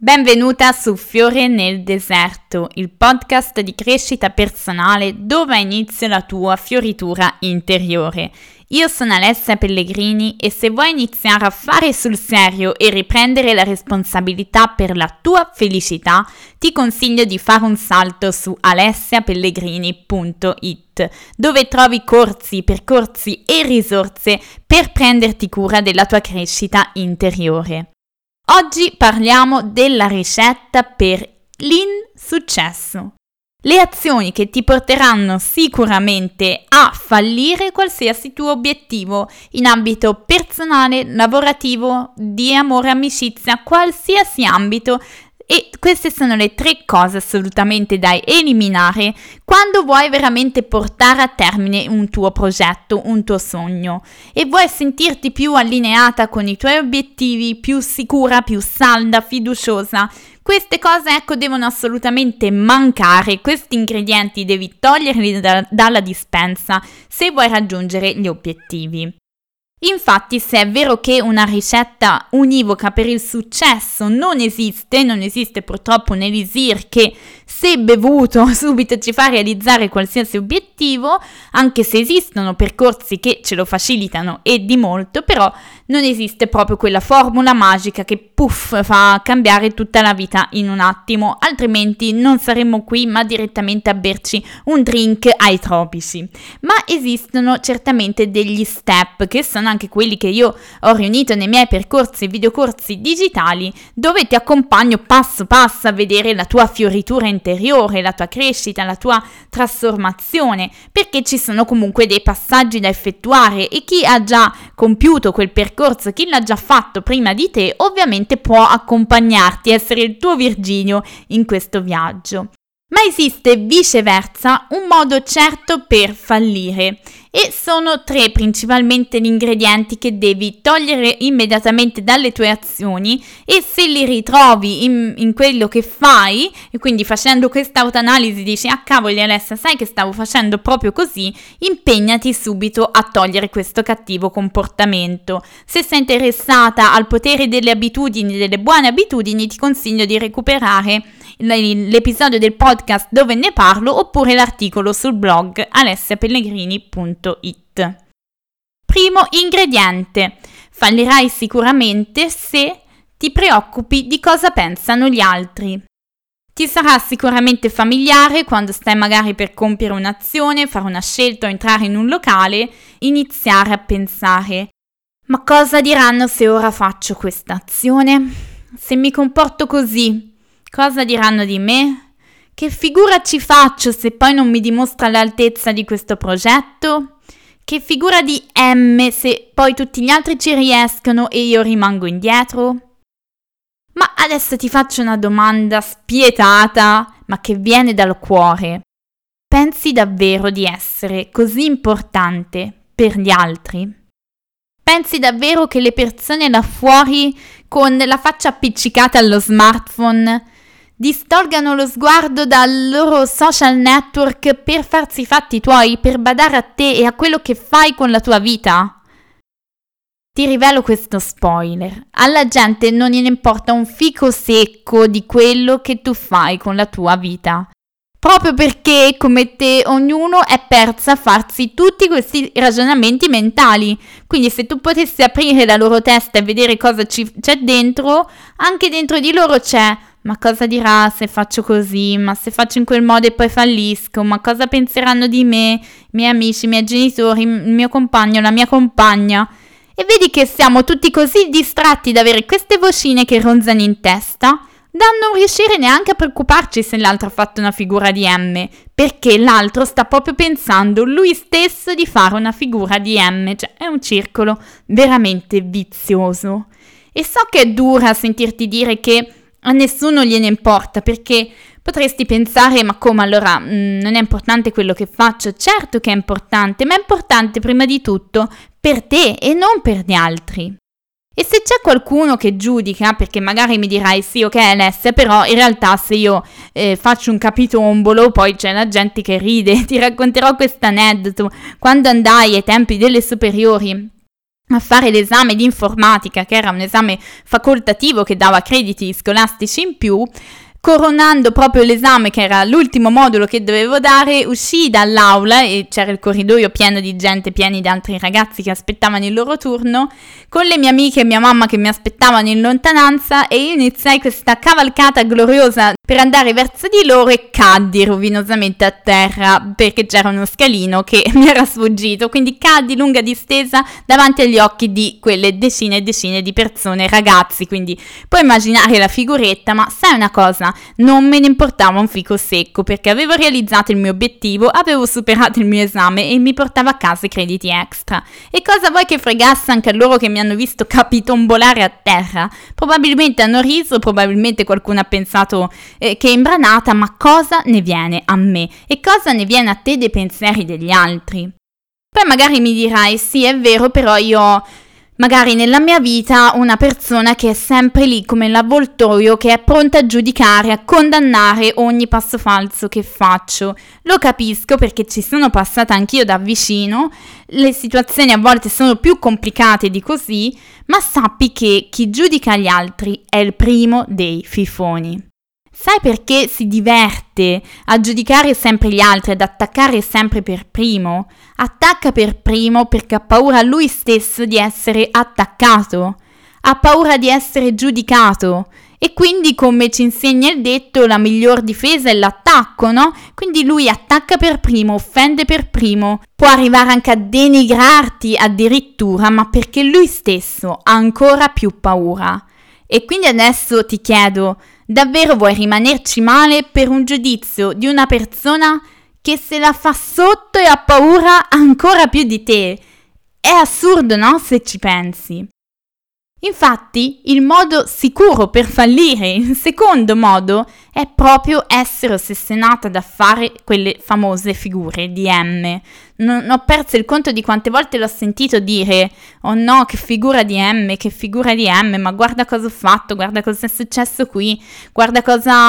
Benvenuta su Fiore nel deserto, il podcast di crescita personale dove ha inizio la tua fioritura interiore. Io sono Alessia Pellegrini e se vuoi iniziare a fare sul serio e riprendere la responsabilità per la tua felicità, ti consiglio di fare un salto su alessiapellegrini.it, dove trovi corsi, percorsi e risorse per prenderti cura della tua crescita interiore. Oggi parliamo della ricetta per l'insuccesso. Le azioni che ti porteranno sicuramente a fallire qualsiasi tuo obiettivo in ambito personale, lavorativo, di amore, amicizia, qualsiasi ambito. E queste sono le 3 cose assolutamente da eliminare quando vuoi veramente portare a termine un tuo progetto, un tuo sogno e vuoi sentirti più allineata con i tuoi obiettivi, più sicura, più salda, fiduciosa. Queste cose, devono assolutamente mancare, questi ingredienti devi toglierli dalla dispensa se vuoi raggiungere gli obiettivi. Infatti, se è vero che una ricetta univoca per il successo non esiste purtroppo un elisir che se bevuto subito ci fa realizzare qualsiasi obiettivo, anche se esistono percorsi che ce lo facilitano e di molto, però non esiste proprio quella formula magica che fa cambiare tutta la vita in un attimo, altrimenti non saremmo qui ma direttamente a berci un drink ai tropici. Ma esistono certamente degli step che sono anche quelli che io ho riunito nei miei percorsi e videocorsi digitali, dove ti accompagno passo passo a vedere la tua fioritura interiore, la tua crescita, la tua trasformazione, perché ci sono comunque dei passaggi da effettuare e chi ha già compiuto quel percorso, chi l'ha già fatto prima di te, ovviamente può accompagnarti, essere il tuo Virginio in questo viaggio. Ma esiste viceversa un modo certo per fallire e sono 3 principalmente gli ingredienti che devi togliere immediatamente dalle tue azioni e se li ritrovi in quello che fai e quindi facendo questa autoanalisi dici cavoli Alessia, sai che stavo facendo proprio così, impegnati subito a togliere questo cattivo comportamento. Se sei interessata al potere delle abitudini, delle buone abitudini, ti consiglio di recuperare l'episodio del podcast dove ne parlo oppure l'articolo sul blog alessiapellegrini.it. Primo ingrediente: fallirai sicuramente se ti preoccupi di cosa pensano gli altri. Ti sarà sicuramente familiare quando stai magari per compiere un'azione, fare una scelta o entrare in un locale, iniziare a pensare: ma cosa diranno se ora faccio questa azione? Se mi comporto così, cosa diranno di me? Che figura ci faccio se poi non mi dimostro all'altezza di questo progetto? Che figura di M se poi tutti gli altri ci riescono e io rimango indietro? Ma adesso ti faccio una domanda spietata, ma che viene dal cuore. Pensi davvero di essere così importante per gli altri? Pensi davvero che le persone là fuori con la faccia appiccicata allo smartphone distolgano lo sguardo dal loro social network per farsi i fatti tuoi, per badare a te e a quello che fai con la tua vita? Ti rivelo questo spoiler: alla gente non gliene importa un fico secco di quello che tu fai con la tua vita. Proprio perché, come te, ognuno è persa a farsi tutti questi ragionamenti mentali. Quindi se tu potessi aprire la loro testa e vedere cosa c'è dentro, anche dentro di loro c'è: ma cosa dirà se faccio così? Ma se faccio in quel modo e poi fallisco? Ma cosa penseranno di me, i miei amici, i miei genitori, il mio compagno, la mia compagna? E vedi che siamo tutti così distratti da avere queste vocine che ronzano in testa da non riuscire neanche a preoccuparci se l'altro ha fatto una figura di M, perché l'altro sta proprio pensando lui stesso di fare una figura di M. Cioè, è un circolo veramente vizioso. E so che è dura sentirti dire che a nessuno gliene importa, perché potresti pensare: ma come, allora non è importante quello che faccio? Certo che è importante, ma è importante prima di tutto per te e non per gli altri. E se c'è qualcuno che giudica, perché magari mi dirai sì, ok Alessia, però in realtà se io faccio un capitombolo poi c'è la gente che ride. Ti racconterò questo aneddoto. Quando andai ai tempi delle superiori a fare l'esame di informatica, che era un esame facoltativo che dava crediti scolastici in più. Coronando proprio l'esame, che era l'ultimo modulo che dovevo dare, uscii dall'aula e c'era il corridoio pieno di gente, pieni di altri ragazzi che aspettavano il loro turno, con le mie amiche e mia mamma che mi aspettavano in lontananza, e io iniziai questa cavalcata gloriosa per andare verso di loro e caddi rovinosamente a terra perché c'era uno scalino che mi era sfuggito, quindi caddi lunga distesa davanti agli occhi di quelle decine e decine di persone, ragazzi, quindi puoi immaginare la figuretta. Ma sai una cosa? Non me ne importava un fico secco, perché avevo realizzato il mio obiettivo, avevo superato il mio esame e mi portavo a casa i crediti extra. E cosa vuoi che fregasse anche a loro che mi hanno visto capitombolare a terra? Probabilmente hanno riso, probabilmente qualcuno ha pensato che è imbranata, ma cosa ne viene a me? E cosa ne viene a te dei pensieri degli altri? Poi magari mi dirai, sì è vero, però io magari nella mia vita una persona che è sempre lì come l'avvoltoio, che è pronta a giudicare, a condannare ogni passo falso che faccio. Lo capisco perché ci sono passata anch'io da vicino, le situazioni a volte sono più complicate di così, ma sappi che chi giudica gli altri è il primo dei fifoni. Sai perché si diverte a giudicare sempre gli altri, ad attaccare sempre per primo? Attacca per primo perché ha paura lui stesso di essere attaccato, ha paura di essere giudicato e quindi, come ci insegna il detto, la miglior difesa è l'attacco, no? Quindi lui attacca per primo, offende per primo, può arrivare anche a denigrarti addirittura, ma perché lui stesso ha ancora più paura. E quindi adesso ti chiedo, davvero vuoi rimanerci male per un giudizio di una persona che se la fa sotto e ha paura ancora più di te? È assurdo, no? Se ci pensi. Infatti, il modo sicuro per fallire, il secondo modo, è proprio essere ossessionata da fare quelle famose figure di M. Non ho perso il conto di quante volte l'ho sentito dire: oh no, che figura di M, ma guarda cosa ho fatto, guarda cosa è successo qui, guarda cosa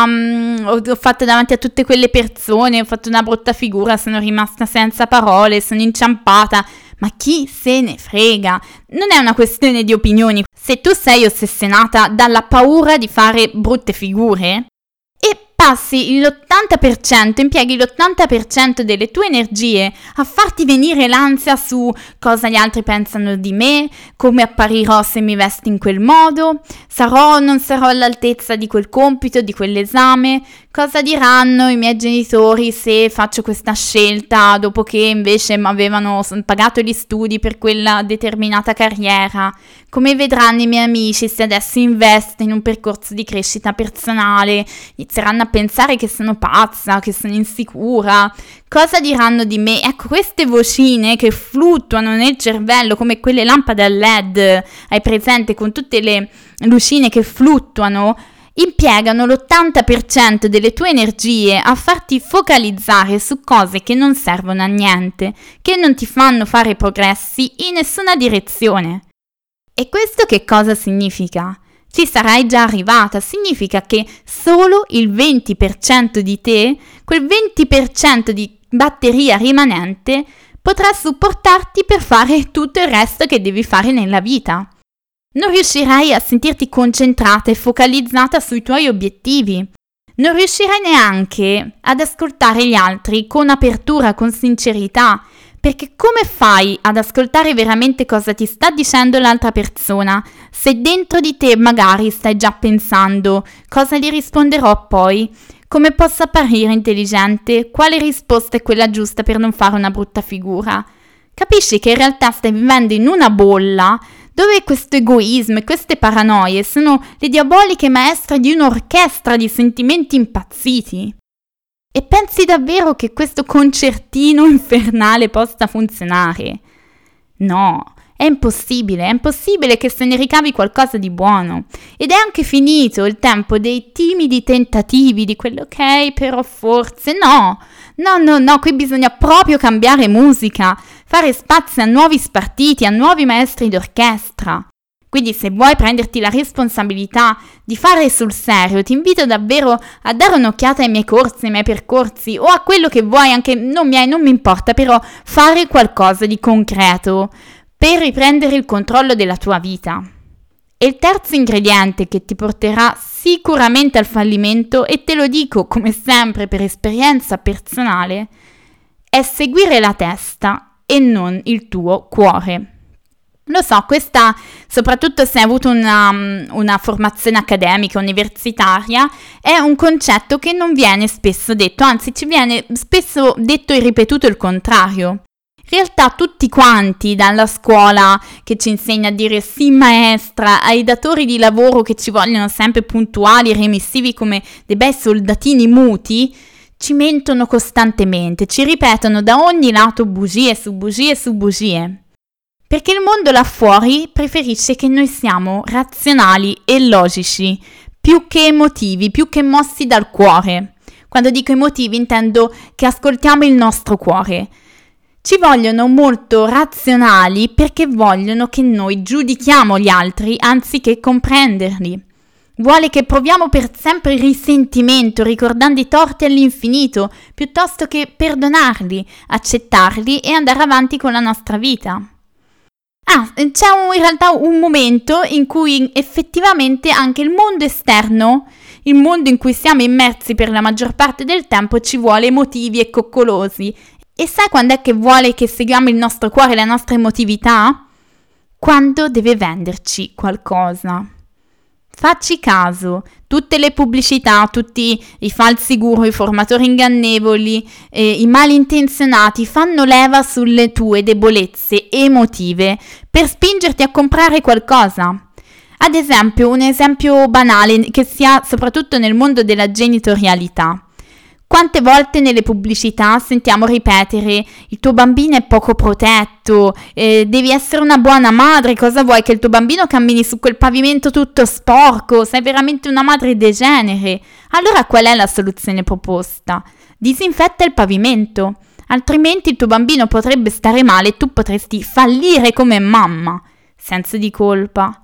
ho fatto davanti a tutte quelle persone, ho fatto una brutta figura, sono rimasta senza parole, sono inciampata. Ma chi se ne frega? Non è una questione di opinioni. Se tu sei ossessionata dalla paura di fare brutte figure e passi l'80%, impieghi l'80% delle tue energie a farti venire l'ansia su cosa gli altri pensano di me, come apparirò se mi vesto in quel modo, sarò o non sarò all'altezza di quel compito, di quell'esame, cosa diranno i miei genitori se faccio questa scelta dopo che invece mi avevano pagato gli studi per quella determinata carriera, come vedranno i miei amici se adesso investo in un percorso di crescita personale, inizieranno a pensare che sono pazza, che sono insicura, cosa diranno di me? Ecco, queste vocine che fluttuano nel cervello come quelle lampade a LED, hai presente, con tutte le lucine che fluttuano, impiegano l'80% delle tue energie a farti focalizzare su cose che non servono a niente, che non ti fanno fare progressi in nessuna direzione. E questo che cosa significa? Ci sarai già arrivata, significa che solo il 20% di te, quel 20% di batteria rimanente, potrà supportarti per fare tutto il resto che devi fare nella vita. Non riuscirai a sentirti concentrata e focalizzata sui tuoi obiettivi. Non riuscirai neanche ad ascoltare gli altri con apertura, con sincerità, perché come fai ad ascoltare veramente cosa ti sta dicendo l'altra persona se dentro di te magari stai già pensando cosa gli risponderò poi, come posso apparire intelligente, quale risposta è quella giusta per non fare una brutta figura? Capisci che in realtà stai vivendo in una bolla dove questo egoismo e queste paranoie sono le diaboliche maestre di un'orchestra di sentimenti impazziti. E pensi davvero che questo concertino infernale possa funzionare? No, è impossibile che se ne ricavi qualcosa di buono. Ed è anche finito il tempo dei timidi tentativi, di quello ok, però forse no, qui bisogna proprio cambiare musica, fare spazio a nuovi spartiti, a nuovi maestri d'orchestra. Quindi se vuoi prenderti la responsabilità di fare sul serio, ti invito davvero a dare un'occhiata ai miei corsi, ai miei percorsi o a quello che vuoi, anche non mi importa, però fare qualcosa di concreto. per riprendere il controllo della tua vita. E il terzo ingrediente che ti porterà sicuramente al fallimento, e te lo dico come sempre per esperienza personale, è seguire la testa e non il tuo cuore. Lo so, questa, soprattutto se hai avuto una formazione accademica, universitaria, è un concetto che non viene spesso detto, anzi ci viene spesso detto e ripetuto il contrario. In realtà tutti quanti, dalla scuola che ci insegna a dire sì maestra, ai datori di lavoro che ci vogliono sempre puntuali e remissivi come dei bei soldatini muti, ci mentono costantemente, ci ripetono da ogni lato bugie su bugie su bugie. Perché il mondo là fuori preferisce che noi siamo razionali e logici, più che emotivi, più che mossi dal cuore. Quando dico emotivi intendo che ascoltiamo il nostro cuore. Ci vogliono molto razionali perché vogliono che noi giudichiamo gli altri anziché comprenderli. Vuole che proviamo per sempre risentimento, ricordando i torti all'infinito, piuttosto che perdonarli, accettarli e andare avanti con la nostra vita. C'è in realtà un momento in cui effettivamente anche il mondo esterno, il mondo in cui siamo immersi per la maggior parte del tempo, ci vuole emotivi e coccolosi. E sai quando è che vuole che seguiamo il nostro cuore e la nostra emotività? Quando deve venderci qualcosa. Facci caso, tutte le pubblicità, tutti i falsi guru, i formatori ingannevoli, i malintenzionati fanno leva sulle tue debolezze emotive per spingerti a comprare qualcosa. Ad esempio, un esempio banale che si ha soprattutto nel mondo della genitorialità. Quante volte nelle pubblicità sentiamo ripetere il tuo bambino è poco protetto, devi essere una buona madre, cosa vuoi che il tuo bambino cammini su quel pavimento tutto sporco, sei veramente una madre degenere. Allora qual è la soluzione proposta? Disinfetta il pavimento, altrimenti il tuo bambino potrebbe stare male e tu potresti fallire come mamma. Senso di colpa.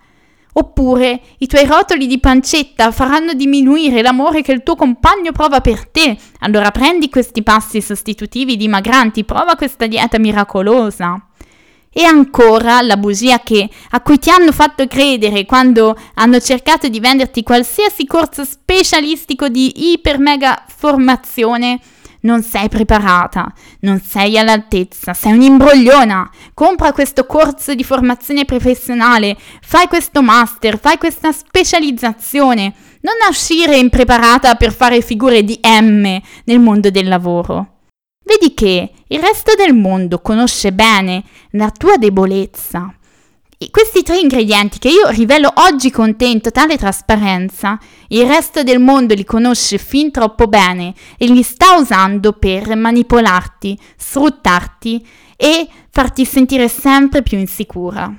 Oppure i tuoi rotoli di pancetta faranno diminuire l'amore che il tuo compagno prova per te. Allora prendi questi pasti sostitutivi dimagranti, prova questa dieta miracolosa. E ancora la bugia a cui ti hanno fatto credere quando hanno cercato di venderti qualsiasi corso specialistico di iper mega formazione. Non sei preparata, non sei all'altezza, sei un'imbrogliona. Compra questo corso di formazione professionale, fai questo master, fai questa specializzazione. Non uscire impreparata per fare figure di M nel mondo del lavoro. Vedi che il resto del mondo conosce bene la tua debolezza. E questi 3 ingredienti che io rivelo oggi con te in totale trasparenza, il resto del mondo li conosce fin troppo bene e li sta usando per manipolarti, sfruttarti e farti sentire sempre più insicura.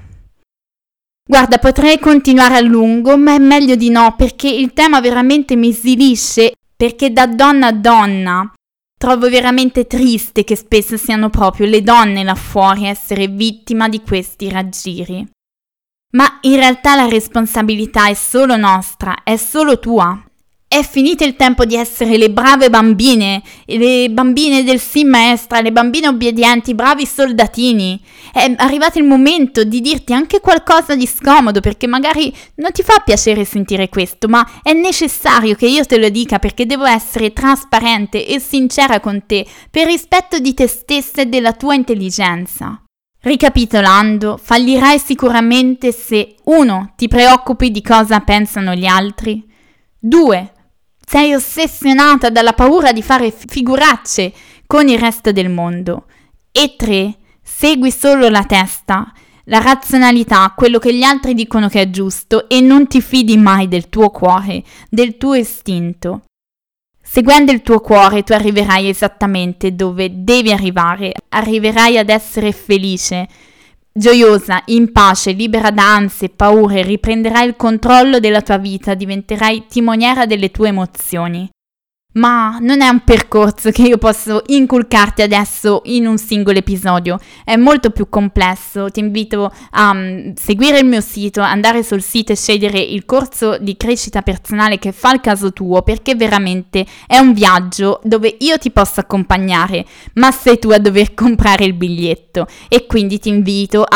Guarda, potrei continuare a lungo, ma è meglio di no, perché il tema veramente mi svilisce, perché da donna a donna trovo veramente triste che spesso siano proprio le donne là fuori a essere vittima di questi raggiri. Ma in realtà la responsabilità è solo nostra, è solo tua. È finito il tempo di essere le brave bambine, le bambine del sì maestra, le bambine obbedienti, i bravi soldatini. È arrivato il momento di dirti anche qualcosa di scomodo, perché magari non ti fa piacere sentire questo, ma è necessario che io te lo dica perché devo essere trasparente e sincera con te, per rispetto di te stessa e della tua intelligenza. Ricapitolando, fallirai sicuramente se 1. Ti preoccupi di cosa pensano gli altri, 2. Sei ossessionata dalla paura di fare figuracce con il resto del mondo. E 3. Segui solo la testa, la razionalità, quello che gli altri dicono che è giusto e non ti fidi mai del tuo cuore, del tuo istinto. Seguendo il tuo cuore tu arriverai esattamente dove devi arrivare, arriverai ad essere felice, gioiosa, in pace, libera da ansie e paure, riprenderai il controllo della tua vita, diventerai timoniera delle tue emozioni. Ma non è un percorso che io posso inculcarti adesso in un singolo episodio, è molto più complesso. Ti invito a seguire il mio sito, andare sul sito e scegliere il corso di crescita personale che fa il caso tuo, perché veramente è un viaggio dove io ti posso accompagnare, ma sei tu a dover comprare il biglietto. E quindi ti invito a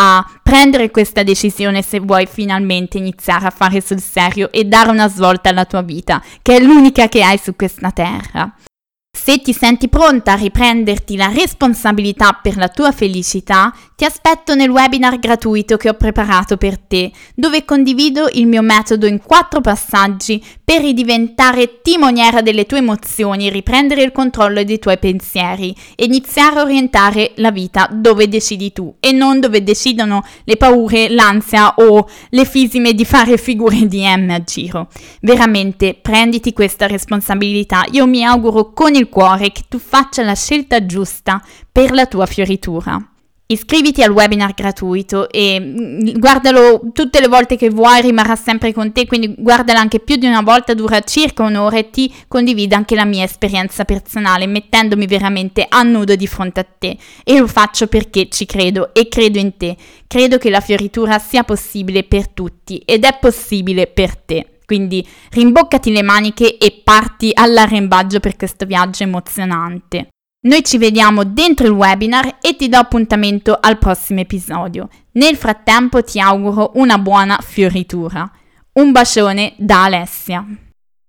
prendere questa decisione se vuoi finalmente iniziare a fare sul serio e dare una svolta alla tua vita, che è l'unica che hai su questa terra. Se ti senti pronta a riprenderti la responsabilità per la tua felicità, ti aspetto nel webinar gratuito che ho preparato per te, dove condivido il mio metodo in 4 passaggi per ridiventare timoniera delle tue emozioni, riprendere il controllo dei tuoi pensieri e iniziare a orientare la vita dove decidi tu e non dove decidono le paure, l'ansia o le fisime di fare figure di M a giro. Veramente prenditi questa responsabilità. Io mi auguro con il cuore che tu faccia la scelta giusta per la tua fioritura. Iscriviti al webinar gratuito e guardalo tutte le volte che vuoi, rimarrà sempre con te, quindi guardala anche più di una volta, dura circa un'ora e ti condivido anche la mia esperienza personale, mettendomi veramente a nudo di fronte a te, e lo faccio perché ci credo e credo in te. Credo che la fioritura sia possibile per tutti ed è possibile per te. Quindi rimboccati le maniche e parti all'arrembaggio per questo viaggio emozionante. Noi ci vediamo dentro il webinar e ti do appuntamento al prossimo episodio. Nel frattempo ti auguro una buona fioritura. Un bacione da Alessia.